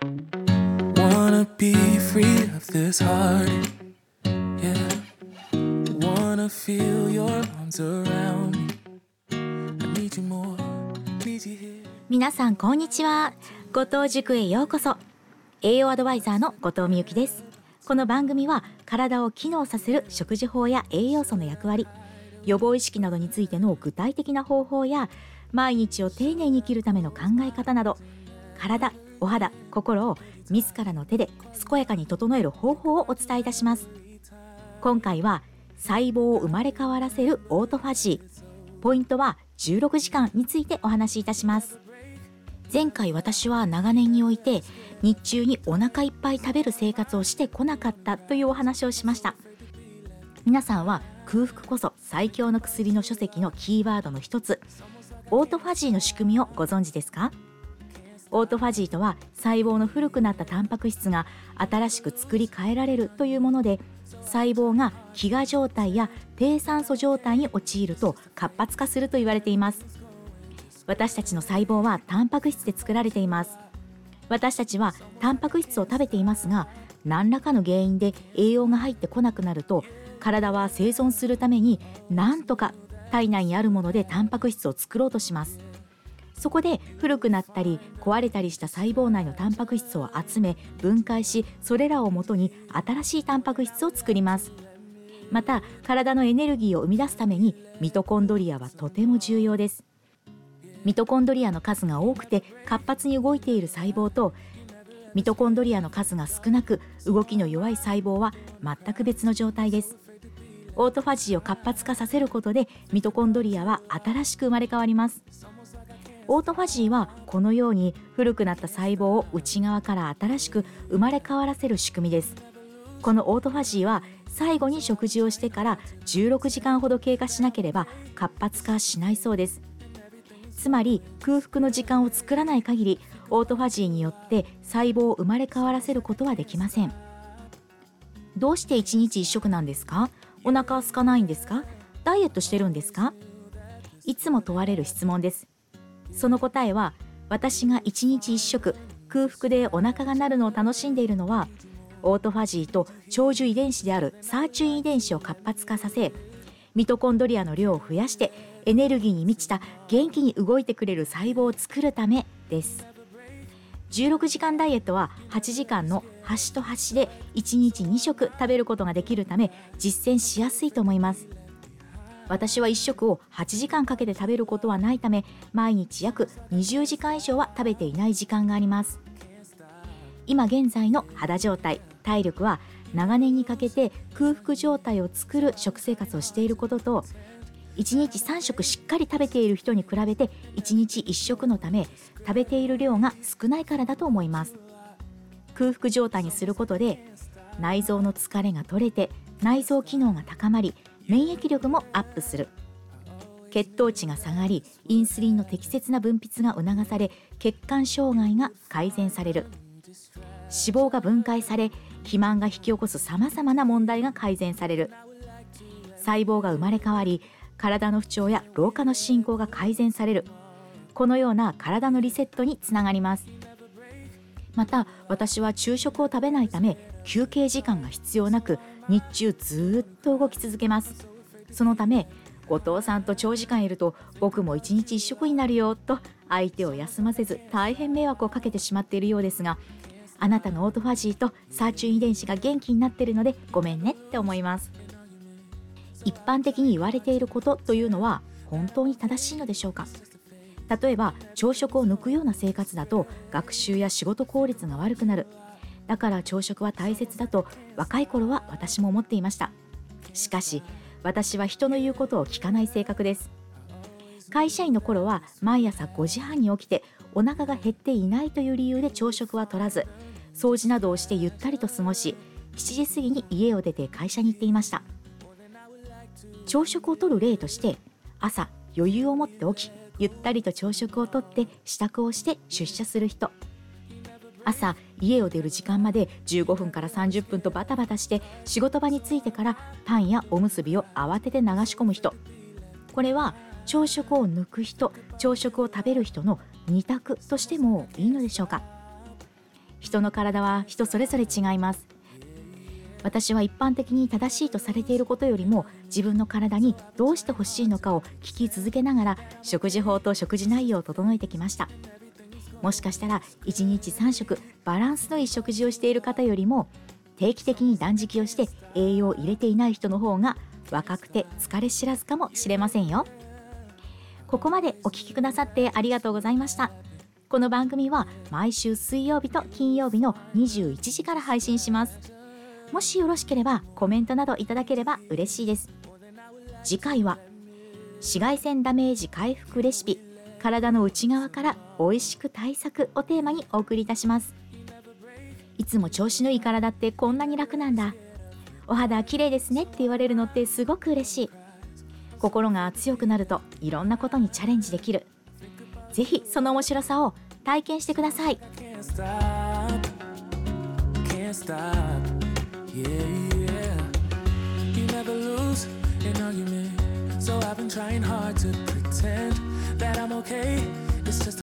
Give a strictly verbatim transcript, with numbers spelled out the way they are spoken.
Wanna be free of this heart, yeah. Wanna feel your arms around me. I need you more, need you here. 皆さんこんにちは。後藤塾へようこそ。栄養アドバイザーの後藤美由紀です。この番組は体を機能させる食事法や栄養素の役割、予防意識などについての具体的な方法や、毎日を丁寧に生きるための考え方など、体、お肌、心を自らの手で健やかに整える方法をお伝えいたします。今回は細胞を生まれ変わらせるオートファジー、ポイントはじゅうろくじかんについてお話しいたします。前回私は長年において日中にお腹いっぱい食べる生活をしてこなかったというお話をしました。皆さんは空腹こそ最強の薬の書籍のキーワードの一つ、オートファジーの仕組みをご存知ですか？オートファジーとは細胞の古くなったタンパク質が新しく作り変えられるというもので、細胞が飢餓状態や低酸素状態に陥ると活発化すると言われています。私たちの細胞はタンパク質で作られています。私たちはタンパク質を食べていますが、何らかの原因で栄養が入ってこなくなると、体は生存するために何とか体内にあるものでタンパク質を作ろうとします。そこで古くなったり壊れたりした細胞内のタンパク質を集め分解し、それらをもとに新しいタンパク質を作ります。また体のエネルギーを生み出すためにミトコンドリアはとても重要です。ミトコンドリアの数が多くて活発に動いている細胞と、ミトコンドリアの数が少なく動きの弱い細胞は全く別の状態です。オートファジーを活発化させることでミトコンドリアは新しく生まれ変わります。オートファジーはこのように古くなった細胞を内側から新しく生まれ変わらせる仕組みです。このオートファジーは最後に食事をしてからじゅうろくじかんほど経過しなければ活発化しないそうです。つまり空腹の時間を作らない限り、オートファジーによって細胞を生まれ変わらせることはできません。どうしていちにちいっしょくなんですか？お腹は空かないんですか？ダイエットしてるんですか？いつも問われる質問です。その答えは、私がいちにちいっしょく空腹でお腹が鳴るのを楽しんでいるのは、オートファジーと長寿遺伝子であるサーチュイン遺伝子を活発化させ、ミトコンドリアの量を増やしてエネルギーに満ちた元気に動いてくれる細胞を作るためです。じゅうろくじかんダイエットははちじかんの端と端でいちにちにしょく食べることができるため実践しやすいと思います。私はいっしょくをはちじかんかけて食べることはないため、毎日約にじゅうじかん以上は食べていない時間があります。今現在の肌状態、体力は長年にかけて空腹状態を作る食生活をしていることと、いちにちさんしょくしっかり食べている人に比べていちにちいっしょくのため、食べている量が少ないからだと思います。空腹状態にすることで内臓の疲れが取れて内臓機能が高まり、免疫力もアップする。血糖値が下がり、インスリンの適切な分泌が促され、血管障害が改善される。脂肪が分解され、肥満が引き起こすさまざまな問題が改善される。細胞が生まれ変わり、体の不調や老化の進行が改善される。このような体のリセットにつながります。また私は昼食を食べないため休憩時間が必要なく、日中ずっと動き続けます。そのため後藤さんと長時間いると僕も一日一食になるよと相手を休ませず大変迷惑をかけてしまっているようですが、あなたのオートファジーとサーチュイン遺伝子が元気になっているのでごめんねって思います。一般的に言われていることというのは本当に正しいのでしょうか？例えば朝食を抜くような生活だと学習や仕事効率が悪くなる。だから朝食は大切だと若い頃は私も思っていました。しかし私は人の言うことを聞かない性格です。会社員の頃は毎朝ごじはんに起きてお腹が減っていないという理由で朝食は取らず、掃除などをしてゆったりと過ごし、しちじ過ぎに家を出て会社に行っていました。朝食を取る例として、朝余裕を持って起き、ゆったりと朝食をとって支度をして出社する人。朝家を出る時間までじゅうごふんからさんじゅっぷんとバタバタして仕事場に着いてからパンやおむすびを慌てて流し込む人。これは朝食を抜く人、朝食を食べる人の二択としてもいいのでしょうか。 人の体は人それぞれ違います。私は一般的に正しいとされていることよりも、自分の体にどうしてほしいのかを聞き続けながら、食事法と食事内容を整えてきました。もしかしたらいちにちさん食バランスのいい食事をしている方よりも、定期的に断食をして栄養を入れていない人の方が若くて疲れ知らずかもしれませんよ。ここまでお聞きくださってありがとうございました。この番組は毎週水曜日と金曜日のにじゅういちじから配信します。もしよろしければコメントなどいただければ嬉しいです。次回は紫外線ダメージ回復レシピ、体の内側から美味しく対策をテーマにお送りいたします。いつも調子のいい体ってこんなに楽なんだ、お肌綺麗ですねって言われるのってすごく嬉しい。心が強くなるといろんなことにチャレンジできる。ぜひその面白さを体験してください。 Yeah, yeah. You never lose an argument, so I've been trying hard to pretend that I'm okay. It's just